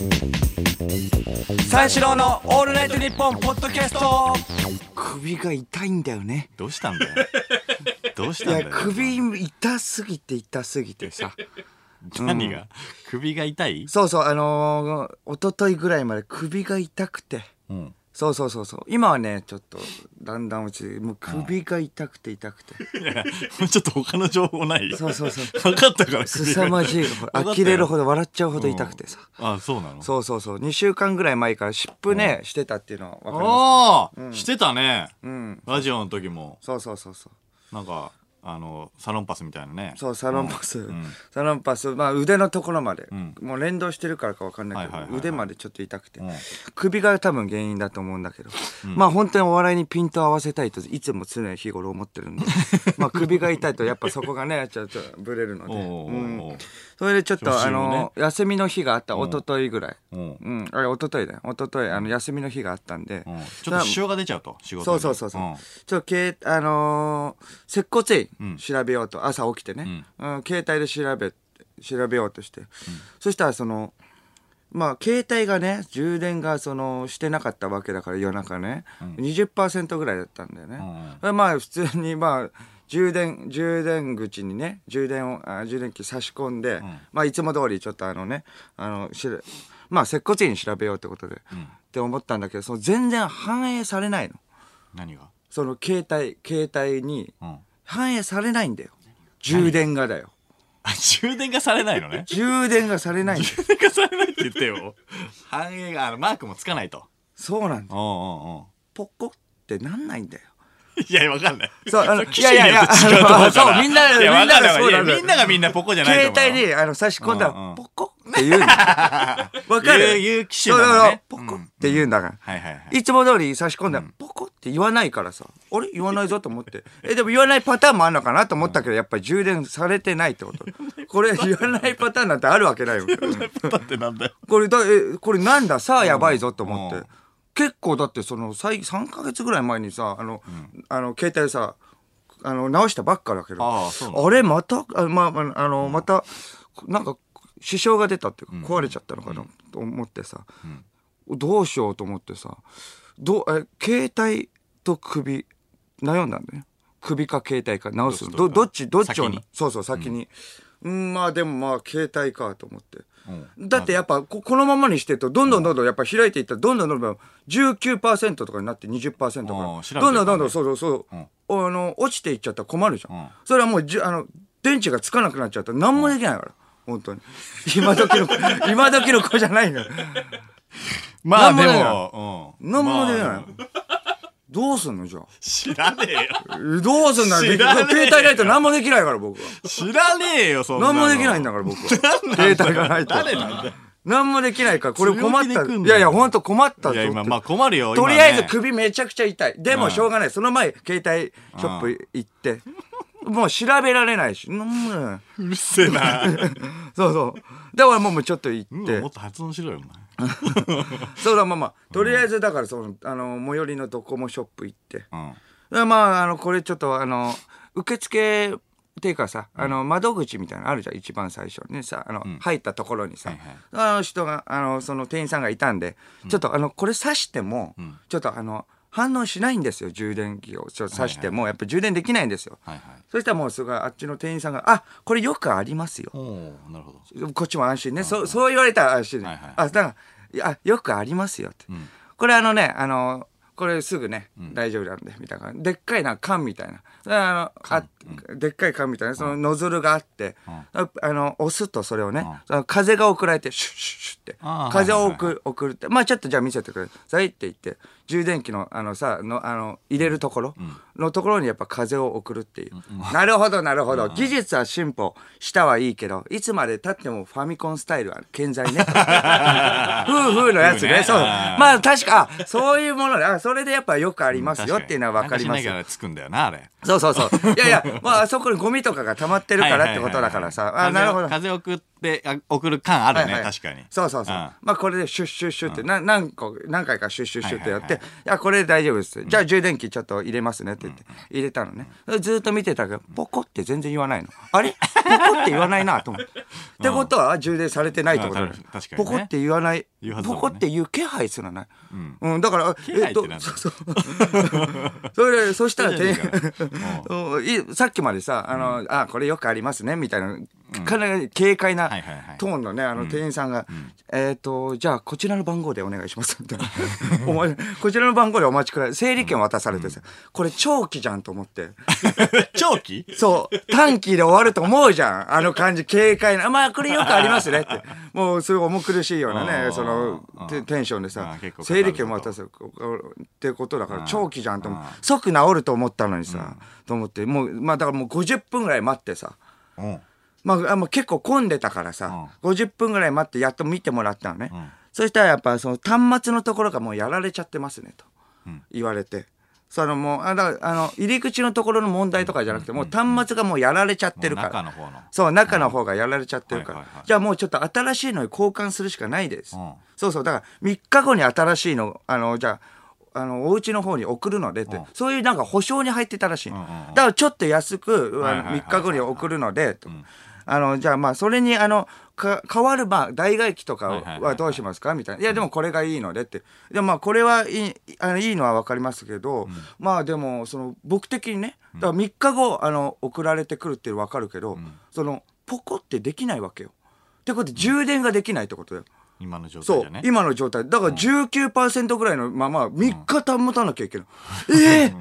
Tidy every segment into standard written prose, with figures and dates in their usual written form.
三四郎のオールナイトニッポンポッドキャスト。 首が痛いんだよね。 どうしたんだよ。どうしたんだよ。 いや首痛すぎてさ。 何が、首が痛い？ そうそう、一昨日ぐらいまで首が痛くて、そう今はねちょっとだんだん落ちて、もう首が痛くていやもうちょっと他の情報ない？ そう分かったから凄まじい、呆れるほど笑っちゃうほど痛くてさ、 あ、そうなの？ そう2週間ぐらい前から湿布ねしてたっていうのは分かりますか？ してたね、ラジオの時もそうなんかサロンパスみたいなね。 そうサロンパス、まあ腕のところまで、もう連動してるからか分かんないけど、腕までちょっと痛くて、首が多分原因だと思うんだけど、まあ本当にお笑いにピント合わせたいといつも常日頃思ってるんでまあ首が痛いとやっぱそこがねちょっとブレるので、それでちょっと休みの日があった、一昨日ぐらい、あれ一昨日だよ、一昨日休みの日があったんで、 ちょっと支障が出ちゃうと、仕事に。 そうちょっと接骨院調べようと、朝起きてね、携帯で調べようとして、そしたらまあ携帯がね充電がしてなかったわけだから、夜中ね、20% ぐらいだったんだよね、まあ普通にまあ充電口にね充電器差し込んで、まあいつも通りちょっとまあ接骨院調べようってことで、って思ったんだけど、全然反映されないの。 何が？ 携帯に反映されないんだよ、充電がだよ。 充電がされないのね。 充電がされないんだよ。 充電がされないって言ってよ。反映がマークもつかないと。 そうなんだよ。ポコってなんないんだよ。 いや、わかんない。 そう、 いや、 そう、みんながそうなんだよ。 みんながみんなポコじゃないと思う。 携帯に差し込んだらポコって言うんだよ。わかる？ 言う機種なのね。 ポコって言うんだから。いつも通り差し込んだらポコって言わないからさ、あれ言わないぞと思って。でも言わないパターンもあるのかなと思ったけど、やっぱり充電されてないってこと。これ言わないパターンなんてあるわけないよ。 言わないパターンってなんだよ。 これなんださあやばいぞと思って。結構だって3ヶ月ぐらい前にさ携帯さ直したばっかだけど、あれまたまたなんか支障が出たっていうか、壊れちゃったのかなと思ってさ、どうしようと思ってさ、携帯と首悩んだんだよ。首か携帯か直すのどっちをそう先に、まあでもまあ携帯かと思って、だってやっぱこのままにしてるとどんどんやっぱ開いていったらどんどん 19% とかになって 20% からどんどんそう落ちていっちゃったら困るじゃん。それはもう電池がつかなくなっちゃったら何もできないから、本当に今時の子じゃないのよ。 まあでも何もできない。どうすんのじゃあ。 知らねえよ。 どうすんの？携帯ないと何もできないから僕は。 知らねえよそんなの。 何もできないんだから僕は。携帯がないと。 誰なんだよ。 何もできないからこれ困った。いや本当困ったぞ。 いや今まあ困るよ。 とりあえず首めちゃくちゃ痛い。でもしょうがない。その前携帯ショップ行ってもう調べられないし。 うるせえな。 そうだからもうちょっと行ってもっと発音しろよお前。 そうだまあとりあえ最寄りのドコモショップ行って、まあこれちょっと受付っていうかさ、窓口みたいなのあるじゃん、一番最初にさ入ったところにさ、人がその店員さんがいたんで、ちょっとこれ挿してもちょっと反応しないんですよ。充電器をちょっと挿してもやっぱ充電できないんですよ。そしたらもうすごいあっちの店員さんが「あ、これよくありますよ」 なるほど、 こっちも安心ね、そう言われたら安心、だから「いやよくありますよ」って、これこれすぐね、大丈夫なんでみたいな、でっかい缶みたいな、でっかい缶みたいなそのノズルがあって、押すとそれをね、風が送られてシュッシュッシュッって風を送るって、まあちょっとじゃあ見せてくださいって言って、充電器の入れるところにやっぱ風を送るっていう、なるほど技術は進歩したはいいけど、いつまで経ってもファミコンスタイルは健在ね。夫婦のやつね。そう、まあ確かそういうもので、それでやっぱよくありますよっていうのは分かります。 なんかしながらつくんだよなあれ。 そういやまああそこにゴミとかが溜まってるからってことだからさ、 なるほど、風を送で送る感あるね、 はいはい、 確かに。 そうそうそう、まあこれでシュッシュッシュッって何回かシュッシュッシュッってやって、いやこれで大丈夫です、じゃあ充電器ちょっと入れますねって言って入れたのね、ずっと見てたけどポコって全然言わないの、あれポコって言わないなと思ってってことは充電されてないってことだね、ポコって言わない、ポコって言う気配すらない、だからそしたらさっきまでさこれよくありますねみたいなかなり軽快なトーンのね店員さんがじゃあこちらの番号でお願いしますみたいなお前こちらの番号でお待ちください、整理券渡されてさ、これ長期じゃんと思って長期そう短期で終わると思うじゃん、感じ軽快な、まあこれよくありますねってもうすごい重苦しいようなねそのテンションでさ整理券渡すってことだから長期じゃんと思って即治ると思ったのにさと思ってもうまあだからもう50分ぐらい待ってさまあ、結構混んでたからさ、50分ぐらい待ってやっと見てもらったのね、そしたらやっぱその端末のところがもうやられちゃってますねと言われて、もう入り口のところの問題とかじゃなくてもう端末がもうやられちゃってるから、中の方がやられちゃってるから、じゃあもうちょっと新しいのに交換するしかないです、そうそうだから3日後に新しいのじゃあお家の方に送るのでって、そういうなんか保証に入ってたらしいの、だからちょっと安く3日後に送るのでと、じゃあまあそれに変わる代替機とかはどうしますかみたいな、いやでもこれがいいのでって、でもまあこれはいいのは分かりますけど、まあでも僕的にねだから3日後送られてくるって分かるけど、ポコってできないわけよってことで充電ができないってことだよ今の状態じゃね。 そう今の状態だから 19% ぐらいのまま3日保たなきゃいけない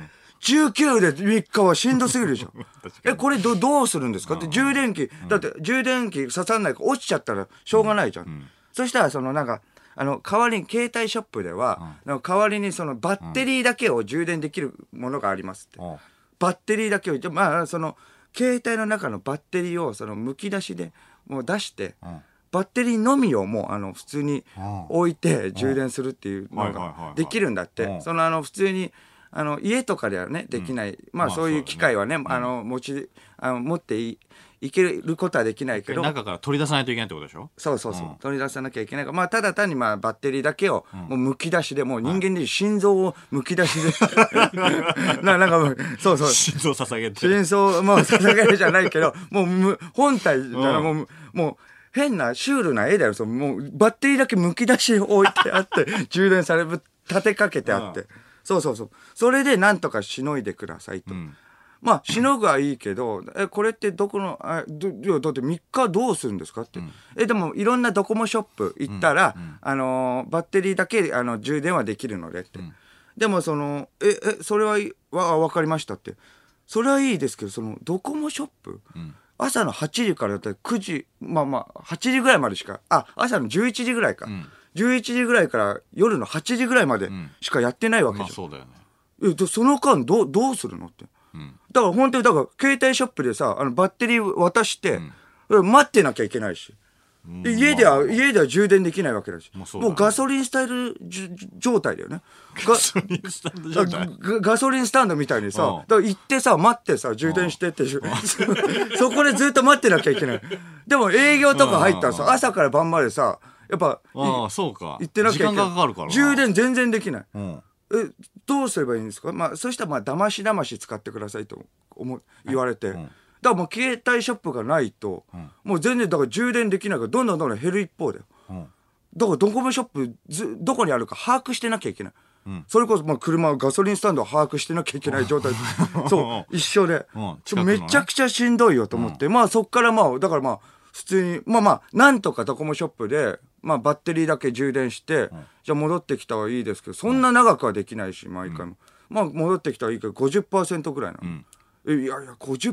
19で3日はしんどすぎるでしょこれどうするんですかって、充電器だって充電器刺さんないから落ちちゃったらしょうがないじゃん、そしたらなんか代わりに携帯ショップでは、代わりにバッテリーだけを充電できるものがありますって、バッテリーだけをまあ携帯の中のバッテリーをむき出しでもう出して、バッテリーのみをもう普通に置いて充電するっていうのができるんだって、普通に家とかではねできない、まあそういう機械はね持っていけることはできないけど中から取り出さないといけないってことでしょ。 そう、取り出さなきゃいけないから、まあただ単にバッテリーだけをもうむき出しでもう人間で心臓をむき出しでなんかもうそう心臓捧げて心臓もう捧げるじゃないけどもう本体だからもう変なシュールな絵だよ。もうバッテリーだけむき出し置いてあって充電され立てかけてあって、それでなんとかしのいでくださいと、まあしのぐはいいけどこれってどこのだって3日どうするんですかって、でもいろんなドコモショップ行ったら、バッテリーだけ充電はできるのでって、でもそれは分かりましたって、それはいいですけどドコモショップ、朝の8時からだったら9時まあ8時ぐらいまでしか朝の11時ぐらいか、11時ぐらいから夜の8時ぐらいまでしかやってないわけじゃん、 そうだよね。その間どうするのって、だから本当に携帯ショップでさバッテリー渡して、待ってなきゃいけないし、家では充電できないわけだし、もうガソリンスタイル状態だよね。ガソリンスタンドみたいにさ、だから行ってさ待ってさ充電してってそこでずっと待ってなきゃいけない。でも営業とか入ったらさ朝から晩までさやっぱそうか行ってなきゃいけない。 時間がかかるから充電全然できない。どうすればいいんですか。まあそしたらだまし使ってくださいと言われて。だからもう携帯ショップがないと、もう全然だから充電できないからどんどん減る一方だよ、だからドコモショップどこにあるか把握してなきゃいけない、それこそ車ガソリンスタンドを把握してなきゃいけない状態そう一緒で、めちゃくちゃしんどいよと思って、まあそっからだから普通になんとかドコモショップでバッテリーだけ充電して、じゃあ戻ってきたはいいですけどそんな長くはできないし毎回も、戻ってきたはいいけど 50% ぐらいなの、いや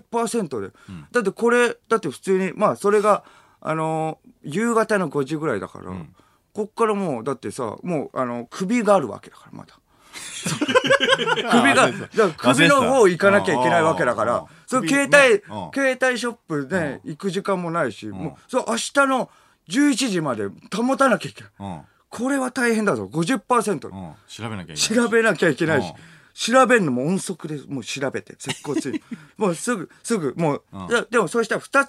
50% で、だって普通にそれが夕方の5時ぐらいだから、こっからもうだってさもう首があるわけだからまだ首の方行かなきゃいけないわけだから携帯ショップで行く時間もないし、もう明日の11時まで保たなきゃいけない、これは大変だぞ 50%、 調べなきゃいけないし、調べるのも音速でもう調べて接骨院もうすぐもう、でもそうしたら2つ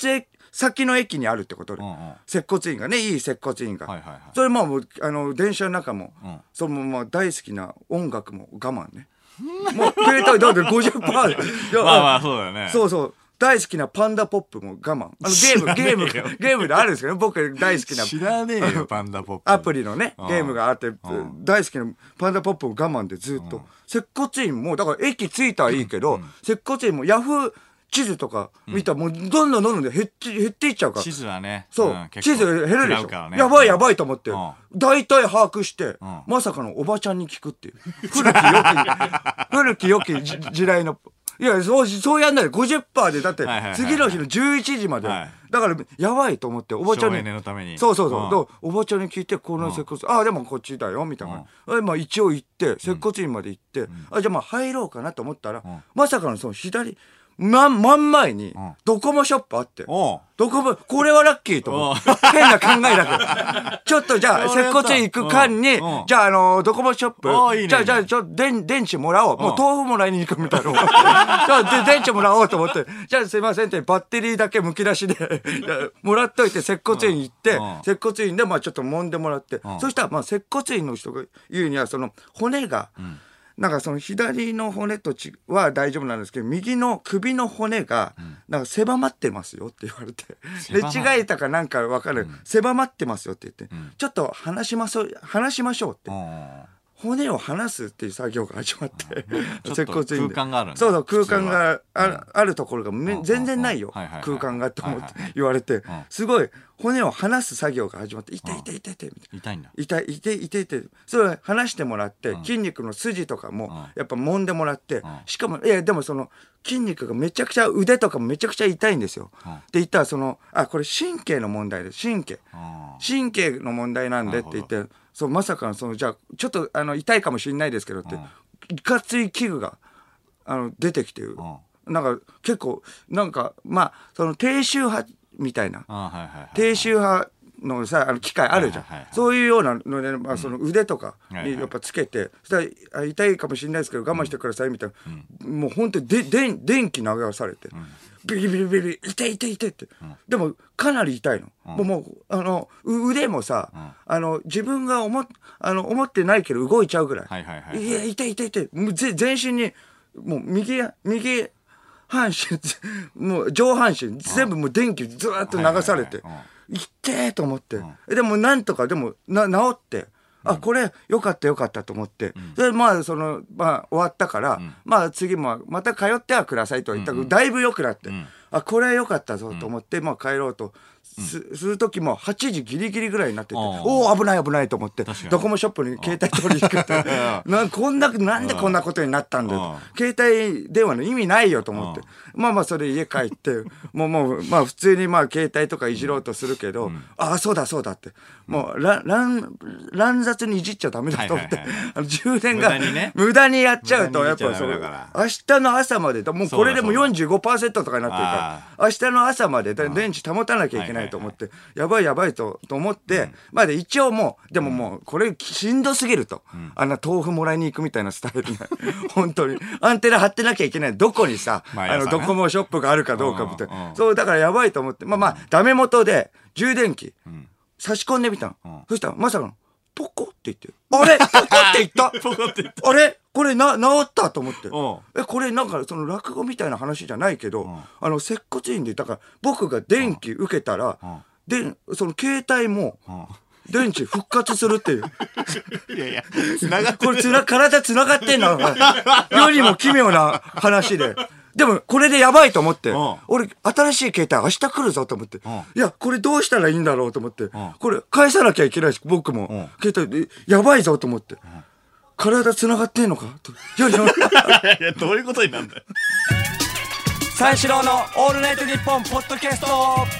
先の駅にあるってことで、接骨院がね、いい接骨院が、それもう電車の中も、そのまま大好きな音楽も我慢ねもう携帯だって 50% まあまあそうだよね。 そうそう、大好きなパンダポップも我慢。ゲームであるんですけど、ね、僕大好きな。 知らねえよ、パンダポップ。 アプリのね、ゲームがあって、大好きなパンダポップを我慢でずっと。接骨院も、だから駅着いたらいいけど、接骨院もヤフー地図とか見たらもうどんどん減っていっちゃうから。 地図はね。 そう。地図減るでしょ。やばいやばいと思って。大体把握して、まさかのおばちゃんに聞くっていう。古き良き時代の。いや、そうやんないで 50% で、だって、次の日の11時まで。だから、やばいと思って、おばちゃんに。そうそうそう。おばちゃんに聞いて、この接骨院、でもこっちだよ、みたいな。まあ一応行って、接骨院まで行って、じゃあまあ入ろうかなと思ったら、まさかのその左、真ん前にドコモショップあって、ドコモ、これはラッキーと思って、変な考えだけど、ちょっとじゃあ、接骨院行く間に、じゃあドコモショップ、じゃあ、電池もらおう。もう豆腐もらいに行くみたいな。じゃあ、電池もらおうと思って、じゃあすいませんって、バッテリーだけ剥き出しで、もらっといて、接骨院行って、接骨院でまあちょっと揉んでもらって、そしたらまあ接骨院の人が言うには、その骨が、なんかその左の骨とは大丈夫なんですけど、右の首の骨がなんか狭まってますよって言われて、寝違えたかなんか分かる、狭まってますよって言って、ちょっと話しましょうって、骨を離すっていう作業が始まって、 接骨院で空間があるんだ。 そうそう、空間があるところが全然ないよ、空間がって思って言われて、すごい骨を離す作業が始まって、痛いみたいな。 痛いんだ。 痛い。それを離してもらって、筋肉の筋とかもやっぱ揉んでもらって、しかもでもその筋肉がめちゃくちゃ、腕とかもめちゃくちゃ痛いんですよ。って言ったらこれ神経の問題です。神経の問題なんでって言って、まさかのじゃあちょっと痛いかもしれないですけどって、いかつい器具が出てきてる。なんか結構なんかまあその低周波みたいな、低周波のさ機械あるじゃん、そういうようなので、まあ、その腕とかにやっぱつけて、そしたら痛いかもしれないですけど我慢してくださいみたいな、もう本当に電気流されて、ビリビリ痛いって、でもかなり痛いの、もう腕もさ、自分が思ってないけど動いちゃうぐらい、いや痛いもう全身にもう右半身もう上半身全部もう電気ずーっと流されて、痛えと思って、でもなんとかでも治って、これよかったと思って、それまあ終わったから、まあ次もまた通ってはくださいと言ったら、だいぶ良くなって、これ良かったぞと思って、まあ帰ろうとする時も8時ギリギリぐらいになってて、おお危ないと思って、ドコモショップに携帯取りに行くってなんでこんなことになったんだよと、携帯電話の意味ないよと思って、まあそれ家帰ってもうまあ普通にまあ携帯とかいじろうとするけど、そうだってもう乱雑にいじっちゃダメだと思って、充電が無駄にやっちゃうと、やっぱ明日の朝までもうこれでも 45% とかになってるから、明日の朝まで電池保たなきゃいけないと思って、やばいと思って、まあで一応でももうこれしんどすぎると、豆腐もらいに行くみたいなスタイルね本当にアンテナ張ってなきゃいけない、どこにさドコモショップがあるかどうかみたいな、そうだからやばいと思って、まあダメ元で充電器差し込んでみたの、そしたらまさかのポコって言って、あれポコって言ったあれこれ治ったと思って、これなんかその落語みたいな話じゃないけど、接骨院でだから僕が電気受けたら、その携帯も電池復活するっていういや繋がってこれ体繋がってんの世にも奇妙な話で、でもこれでやばいと思って、俺新しい携帯明日来るぞと思って、いやこれどうしたらいいんだろうと思って、これ返さなきゃいけないし、僕も携帯でやばいぞと思って、体繋がってんのかと、いやどういうことになるんだよ。 三四郎のオールナイトニッポンポッドキャス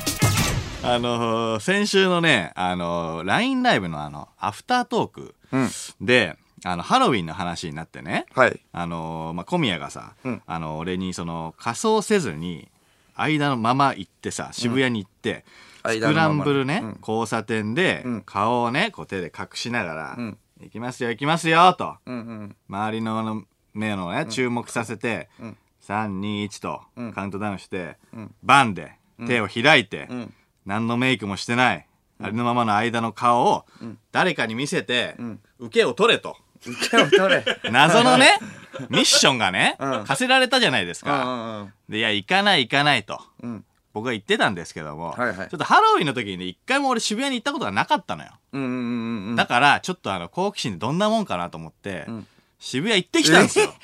ト。 先週のねLINE ライブのアフタートークで、ハロウィンの話になってね、小宮がさ、俺に仮装せずに間のまま行ってさ、渋谷に行って、スクランブルね、交差点で顔をねこう手で隠しながら、行きますよと、周りの目のね注目させて、321とカウントダウンして、バンで手を開いて、何のメイクもしてない、ありのままの間の顔を誰かに見せて、受けを取れと。 受けを取れ。 謎のね、ミッションがね、課せられたじゃないですか。で、いや、行かないと。僕は言ってたんですけども、ちょっとハロウィンの時にね、一回も俺渋谷に行ったことがなかったのよ。だから、ちょっと好奇心でどんなもんかなと思って、渋谷行ってきたんですよ。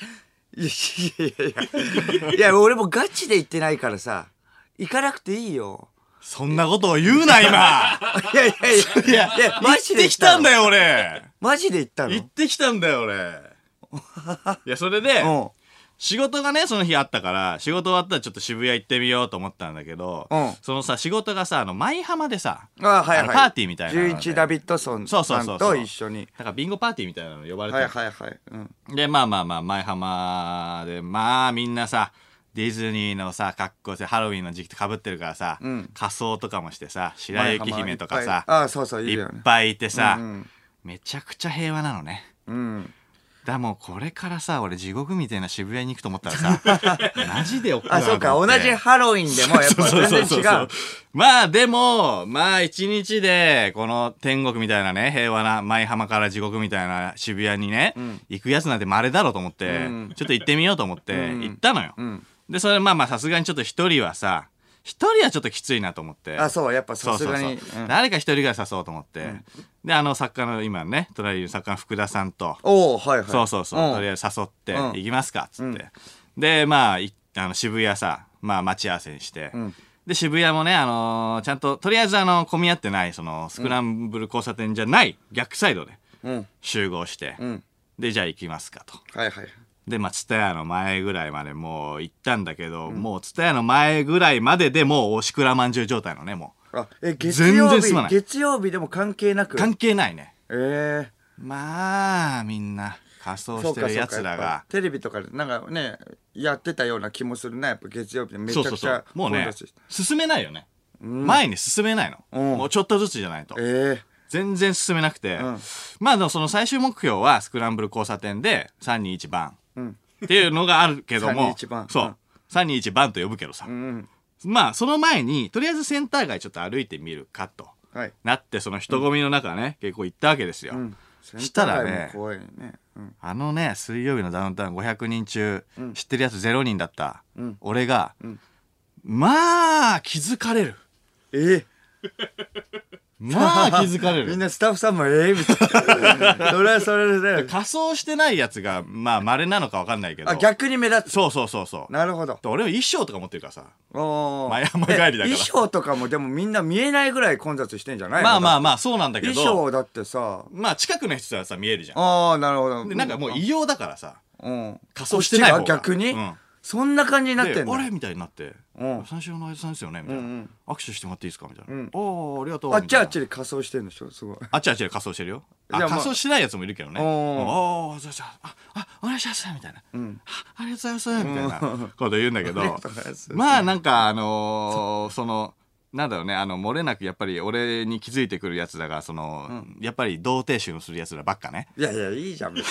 いや、俺もガチで行ってないからさ、行かなくていいよ。 そんなことを言うな、今。 いや、 マジで行ってきたんだよ、俺。 マジで行ったの？ 行ってきたんだよ、俺。いや、それで、仕事がね、その日あったから、仕事終わったらちょっと渋谷行ってみようと思ったんだけど、そのさ、仕事がさ、舞浜でさ、パーティーみたいな。 11ダビッドソンさんと一緒に。 だからビンゴパーティーみたいなの呼ばれてる。 で、まあ、舞浜で、まあ、みんなさ、ディズニーのさ、格好してハロウィンの時期と被ってるからさ、仮装とかもしてさ、白雪姫とかさ、いっぱいいてさ、めちゃくちゃ平和なのね。だもうこれからさ、俺地獄みたいな渋谷に行くと思ったらさ、マジで怒るなと思って。 あ、そうか、同じハロウィンでもやっぱ全然違う。 まあでも、まあ一日で、この天国みたいなね、平和な舞浜から地獄みたいな渋谷にね、行くやつなんて稀だろうと思って、ちょっと行ってみようと思って行ったのよ。で、それまあさすがにちょっと一人はちょっときついなと思って。 あ、そう、やっぱさすがに。 誰か一人ぐらい誘おうと思って。で、作家の今ね、隣にいる作家の福田さんと。そう。とりあえず誘って、行きますか、つって。で、まあ、渋谷さ、まあ待ち合わせにして。で、渋谷もね、ちゃんと、とりあえず混み合ってない、スクランブル交差点じゃない、逆サイドで集合して。で、じゃあ行きますかと。で、まあ、ツタヤの前ぐらいまでもう行ったんだけど、もうツタヤの前ぐらいまででもうおしくらまんじゅう状態のね、もう。 月曜日でも関係なく？ 関係ないね。まあ、みんな仮装してる奴らが。 テレビとかでなんかね、やってたような気もするな、やっぱ月曜日でめちゃくちゃ。 もうね、進めないよね。前に進めないの。もうちょっとずつじゃないと。全然進めなくて。まあ、でもその最終目標はスクランブル交差点で321番。っていうのがあるけども、そう、321番と呼ぶけどさ、まあその前にとりあえずセンター街ちょっと歩いてみるかとなって、その人混みの中ね、結構行ったわけですよ。したらね、水曜日のダウンタウン500人中知ってるやつ0人だった俺が、まあ気づかれる。まあ気づかれる。 みんなスタッフさんもみたいな。それはそれで。 仮装してないやつが、まあ稀なのか分かんないけど。 逆に目立つ。 そう。 なるほど。 俺は衣装とか持ってるからさ。前山帰りだから。 衣装とかもでもみんな見えないぐらい混雑してんじゃないの？まあ、そうなんだけど。 衣装だってさ。 まあ近くの人はさ、見えるじゃん。 なるほど。 で、なんかもう異様だからさ。仮装してない方が。 逆に？そんな感じになってんの？ あれみたいになって、三四郎の相田さんですよねみたいな、握手してもらっていいですかみたいな、ありがとう。あっちで仮装してんでしょ？すごい。 あっちで仮装してるよ。仮装してないやつもいるけどね。お願いしますみたいな、ありがとうございますみたいなこと言うんだけど、まあなんかなんだろうね、漏れなくやっぱり俺に気づいてくるやつだが、やっぱり童貞臭するやつらばっかね。 いやいいじゃん。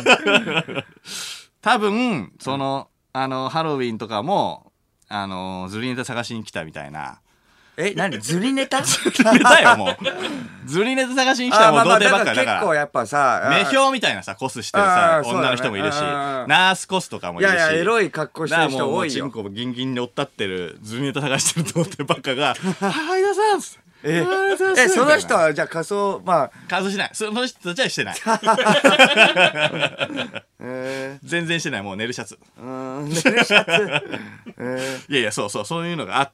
多分ハロウィンとかも、ズリネタ探しに来たみたいな。 何ズリネタ？ ズリネタよ、もう。ズリネタ探しに来たらもう童貞ばっかりだから。 結構やっぱさ、 目標みたいなさ、コスしてるさ、女の人もいるし、ナースコスとかもいるし。 いや、エロい格好してる人多いよ。 チンコギンギンに追ったってる、ズリネタ探してる童貞ばっかが、はいださんその人はじゃあ仮装しない。その人たちはしてない。全然してない。もう寝るシャツ。いやそういうのがあって、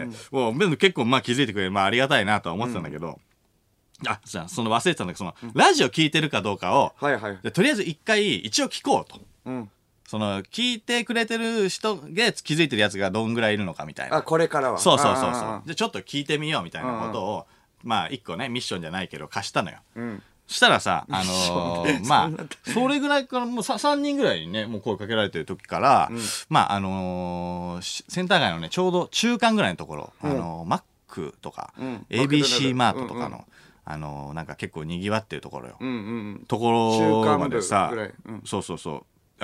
もう結構気づいてくれる、ありがたいなとは思ってたんだけど、じゃあ忘れてたんだけど、ラジオ聞いてるかどうかをとりあえず一回一応聞こうと。聞いてくれてる人が気づいてるやつがどんぐらいいるのかみたいな。 これからは。 そう。じゃあちょっと聞いてみようみたいなことを、一個ね、ミッションじゃないけど貸したのよ。そしたらさ、それぐらいからもう3人ぐらいにね、もう声かけられてる時から、センター街のね、ちょうど中間ぐらいのところ、マックとか、ABC マートとかの、なんか結構賑わってるところよ。ところまでさ、そう。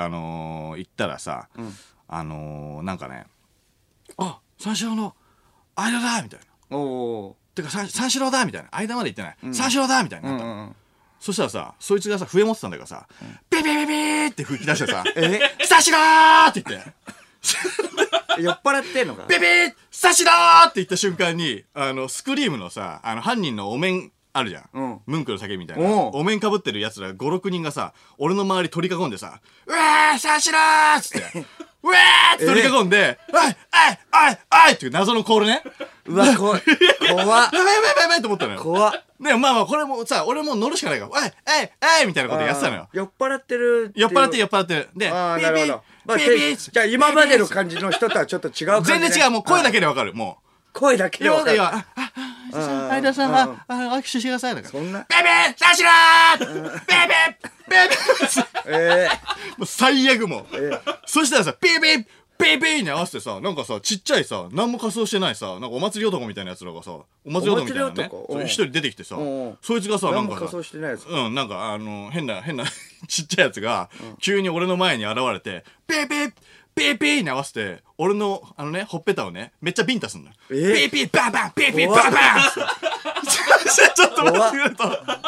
行ったらさ、なんかね、三四郎の間だみたいな。おー。てか三四郎だみたいな。間まで行ってない。三四郎だみたいな。そしたらさ、そいつがさ、笛持ってたんだけどさ、ビビビビーって吹き出してさ、三四郎って言って。 酔っ払ってんのか。 ビビー三四郎って言った瞬間に、スクリームのさ、犯人のお面あるじゃん。ムンクの酒みたいな。お面かぶってる奴ら5、6人がさ、俺の周り取り囲んでさ、うわー三四郎っつって、うわーって取り囲んで、おいおいおいおいっていう謎のコールね。 うわ、怖っ。 やばいやばいやばいと思ったのよ。 怖っ。 ね、まあまあ、これもさ、俺も乗るしかないから、おいおいみたいなことやってたのよ。 酔っ払ってる。 酔っ払ってる。で、 なるほど。じゃあ今までの感じの人とはちょっと違う感じ。 全然違う、もう声だけでわかる、もう。 声だけでわかる。 相田さん、握手してくださいだから。 そんな。 ベベ三四郎ベもう最悪もう。そしたらさ、ピーピーペイペイに合わせてさ、なんかさ、ちっちゃいさ、何も仮装してないさ、なんかお祭り男みたいなやつらがさ、お祭り男みたいなね、一人出てきてさ、そいつがさ、なんかさ、なんか変なちっちゃいやつが、急に俺の前に現れて、ペイペイペイペイに合わせて、俺のほっぺたをね、めっちゃビンタすんのよ。ペイペイバンバンペイペイバンバンちょっと待ってくれと。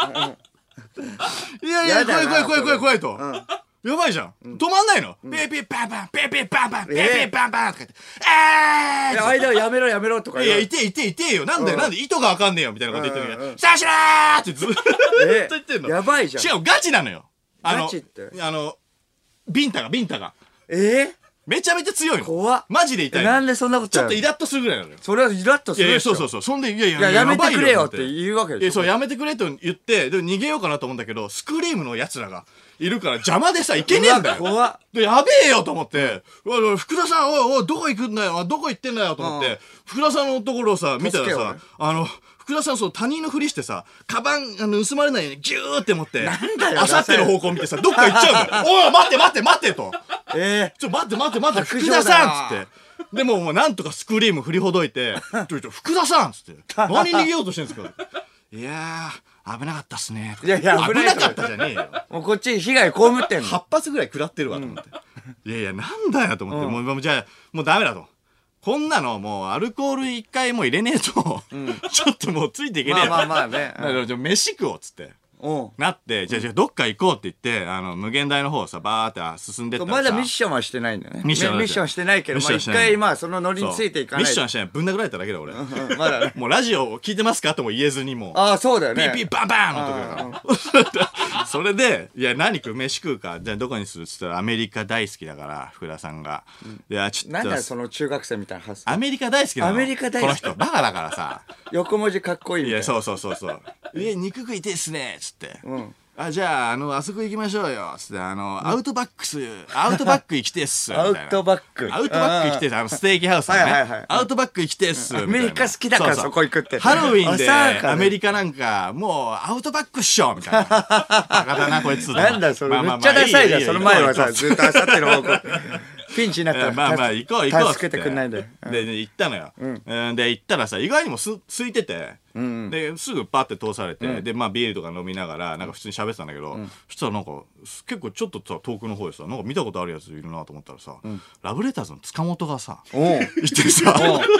いやいや、怖いと。やばいじゃん。止まんないの。ペーペーバンバン、ペーペーバンバン、ペーペーバンバンとか言って、 間をやめろとか言う。いや、いてよ。なんで糸がわかんねえよみたいなこと言ってるけど、さしらーってずっと言ってんの。 やばいじゃん。 違う、ガチなのよ。 ガチって。 ビンタが。めちゃめちゃ強いの。 怖っ。 マジで痛い。 なんでそんなことちょっとイラッとするぐらいなのよ。 それはイラッとするでしょ。 そう。そんで、 やめてくれよって言うわけでしょ。 そう、やめてくれと言って、でも逃げようかなと思うんだけど、スクリームの奴らがいるから邪魔でさ、いけねえんだよ。 怖っ。 で、やべえよと思って、福田さん、おい、どこ行くんだよ、どこ行ってんだよと思って、福田さんのところをさ、見たらさ、福田さん他人のふりしてさ、カバン盗まれないようにギューって持って、あさっての方向を見てさ、どっか行っちゃうんだよ。おい、待ってと。待って、福田さんつって。でもなんとかスクリーム振りほどいて、福田さんつって、何逃げようとしてんですか。いやー、危なかったっすね。 いや、危なかったじゃねえよ。 もうこっち被害被ってんの。 8発ぐらい食らってるわと思って。いや、なんだよと思って、もうじゃあ、もうダメだと。こんなのもうアルコール一回も入れねえと、ちょっともうついていけねえよ。 まあね。 だから飯食おうっつって。なって、じゃあどっか行こうって言って、無限大の方をさ、バーって進んでったらさ。 まだミッションはしてないんだよね。 ミッションしてないけど、一回そのノリについていかない。 ミッションしてない。ぶん殴られただけだ俺。 まだね。 もうラジオ聞いてますかとも言えずにもう。 ああ、そうだよね。 ピーピーバンバンの時だから。それで、いや、何食う飯食うか、じゃあどこにするっつったらアメリカ大好きだから、福田さんが。 いや、ちょっと。なんだよ、その中学生みたいな発想。 アメリカ大好きなの。 アメリカ大好き。 この人、バカだからさ。 横文字かっこいいみたいな。 いや、そう。肉食いてえっすね、つって。じゃあ、あそこ行きましょうよ。つって、アウトバック行きてえっす。 アウトバック行きてえっす。ステーキハウスのね。アウトバック行きてえっす。 アメリカ好きだからそこ行くって。 ハロウィンでアメリカなんか、もうアウトバックっしょみたいな。バカだな、こいつ。 なんだ、それ。めっちゃダサいじゃん。その前はさ、ずっとあさっての方向。ピンチになったら行こう助けてくんないで。 で行ったのよ。で行ったらさ、意外にも空いてて、ですぐパッて通されて、でビールとか飲みながらなんか普通に喋ってたんだけど、そしたらなんか結構ちょっとさ遠くの方でさ、なんか見たことあるやついるなと思ったらさ、ラブレターズの塚本がさいてさ、ハロウィ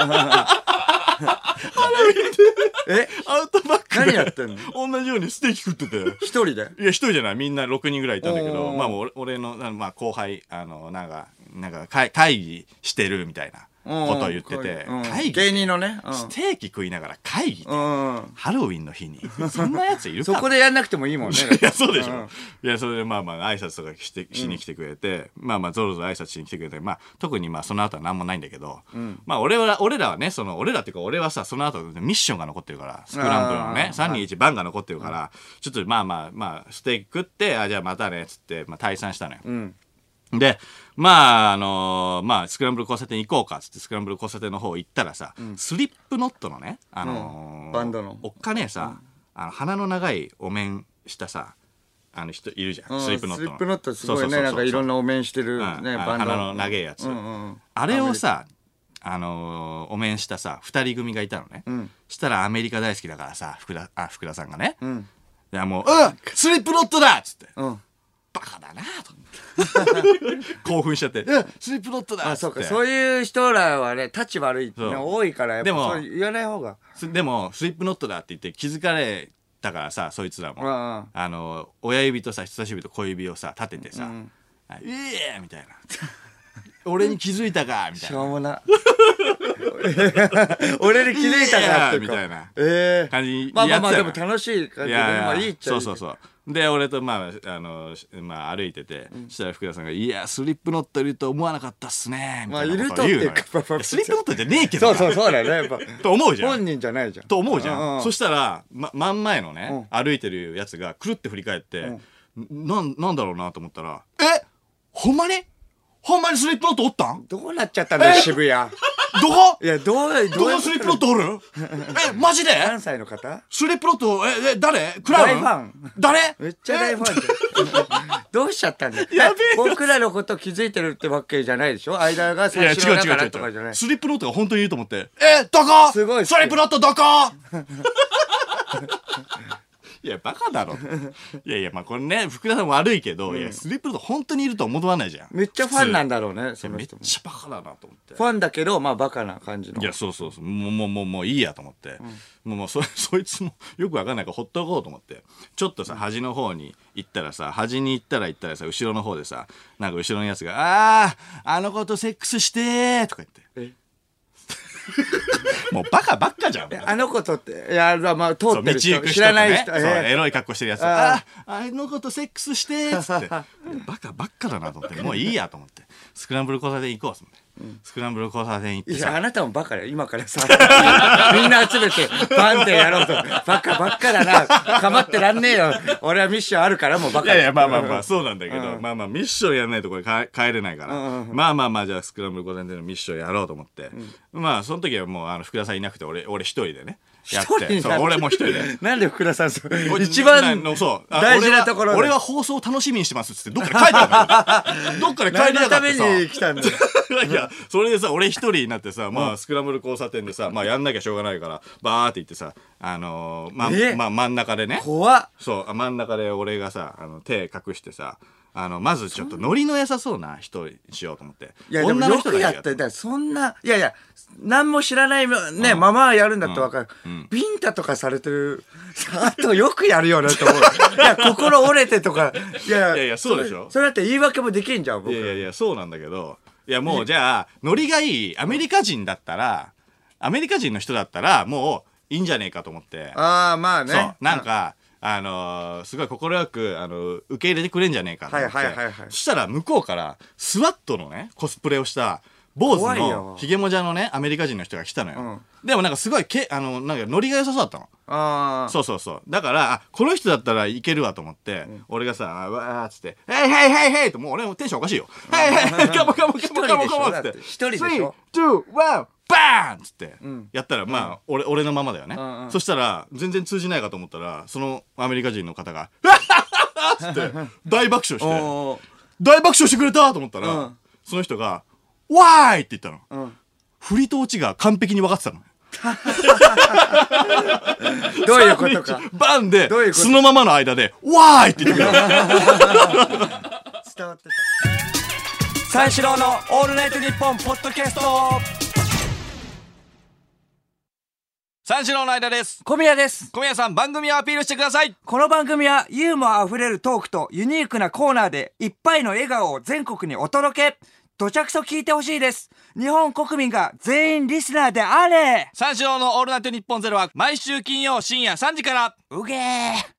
ンでアウトバック何やってんの。 同じようにステーキ食ってて。 一人で。 いや、一人じゃない、みんな6人ぐらいいたんだけど、まあもう俺の後輩なんか会議してるみたいなことを言ってて、会議芸人のね、 ステーキ食いながら会議でハロウィンの日にそんなやついるか。 そこでやんなくてもいいもんね。 いや、そうでしょ。いや、それで挨拶とかしに来てくれて、ぞろぞろ挨拶しに来てくれて、特にその後は何もないんだけど、俺らはね、俺らっていうか俺はさ、その後ミッションが残ってるから、スクランブルのね、321番が残ってるから、ちょっとステーキ食って、じゃあまたねっつって退散したのよ。で、スクランブル交差点行こうかっつってスクランブル交差点の方行ったらさ、スリップノットのね、 バンドのおっかねえさ、鼻の長いお面したさ、人いるじゃん、スリップノットの。 スリップノットすごいね、なんかいろんなお面してるね、バンド。 鼻の長いやつ。あれをさ、お面したさ、2人組がいたのね。したらアメリカ大好きだからさ、福田さんがね。いやもう、スリップノットだっつって。 バカだなと興奮しちゃってスリップノットだっつって。 そうか、そういう人らはね立ち悪いって多いからやっぱそう言わない方が。 でもスリップノットだって言って気づかれたからさ、そいつらも親指とさ人差し指と小指をさ立ててさ「いえ!」みたいな「俺に気づいたか!」みたいな。 しょうもな俺に気づいたかってみたいな感じにまあまあまあでも楽しい感じでまあいいっちゃいい。 そうで俺とまあ歩いてて、そしたら福田さんが「いやスリップノットいると思わなかったっすね」みたいなことを言うのよ。スリップノットじゃねえけどそうだよねやっぱと思うじゃん。 本人じゃないじゃんと思うじゃん。そしたら真ん前のね歩いてるやつがくるって振り返ってなんだろうなと思ったら「ほんまにスリップノットおったん？ どうなっちゃったんだよ渋谷。 どこ？ いやどこスリップノットおる？マジで？ 何歳の方？ スリップノット誰？クラウン？ 大ファン。 誰？ めっちゃ大ファンで。どうしちゃったんだよ。僕らのこと気づいてるってわけじゃないでしょ。間が最初のだからとかじゃない。 スリップノットが本当にいると思って。どこ？ すごい。 スリップノットどこ？いやバカだろ。いやまあこれね福田さんも悪いけど、いやスリップノット本当にいると思わないじゃん。 めっちゃファンなんだろうね。 めっちゃバカだなと思って。 ファンだけどまあバカな感じの。 いやそうもういいやと思って、もうそいつもよくわかんないからほっとこうと思って、ちょっとさ端の方に行ったらささ後ろの方でさなんか後ろのやつがあの子とセックスしてとか言って。もうバカばっかじゃん。 あの子とっていやまあ通ってる人道行く人とね、 知らない人エロい格好してるやつあの子とセックスしてっつってバカばっかだなと思ってもういいやと思ってスクランブル交差点行こうと思って、スクランブル交差点行ってさ。 いやあなたもバカだよ今からさみんな集めてバンでやろうとバカばっかだなかまってらんねえよ俺はミッションあるからもうバカだ。 いやまあそうなんだけど、まあミッションやらないとこれ帰れないから、まあじゃあスクランブル交差点でのミッションやろうと思って、まあその時はもう福田さんいなくて俺一人でねやって俺も一人でなんで福田さん一番大事なところ俺は放送楽しみにしてますっつってどっかで帰ったのどっかで帰りやがってさ何のために来たんだよいやそれでさ俺一人になってさ、まあスクランブル交差点でさまあやんなきゃしょうがないからバーって行ってさ真ん中でね怖っ。 そう真ん中で俺がさ手隠してさまずちょっとノリの良さそうな人にしようと思って。 いやでもよくやってだそんないや何も知らないねままやるんだって分かる。ビンタとかされてるあとよくやるよなと思う。いや心折れてとかいやそうでしょ。 それだって言い訳もできんじゃん僕。 いやそうなんだけどいやもうじゃあノリがいいアメリカ人の人だったらもういいんじゃねえかと思って。 まあね。 そうなんかすごい快く受け入れてくれんじゃねえかと思って、そしたら向こうからスワットのねコスプレをした坊主のひげもじゃのねアメリカ人の人が来たのよ、でもなんかすごいなんかノリが良さそうだったの。そうだからこの人だったらいけるわと思って、俺がさわーっつって「ヘイヘイヘイヘイ!」ともう俺もテンションおかしいよ「ヘイヘイヘイカモカモカモカモカモ」っつって「 一人でしょ 3、2、1バーン!」っつってやったらまあ俺のままだよね。そしたら全然通じないかと思ったらそのアメリカ人の方が「っつって大爆笑してくれたと思ったらその人が「わーい!」って言ったの。振りと落ちが完璧に分かってたの。 どういうことかバンでそのままの間で「わーい!」って言ってくれた。伝わってた。三四郎のオールナイトニッポンポッドキャスト。三四郎の間です。 小宮です。 小宮さん番組をアピールしてください。 この番組はユーモアあふれるトークとユニークなコーナーでいっぱいの笑顔を全国にお届け。どちゃくそ聞いてほしいです。日本国民が全員リスナーであれ。 三四郎のオールナイトニッポンゼロは毎週金曜深夜3時から。 うげー。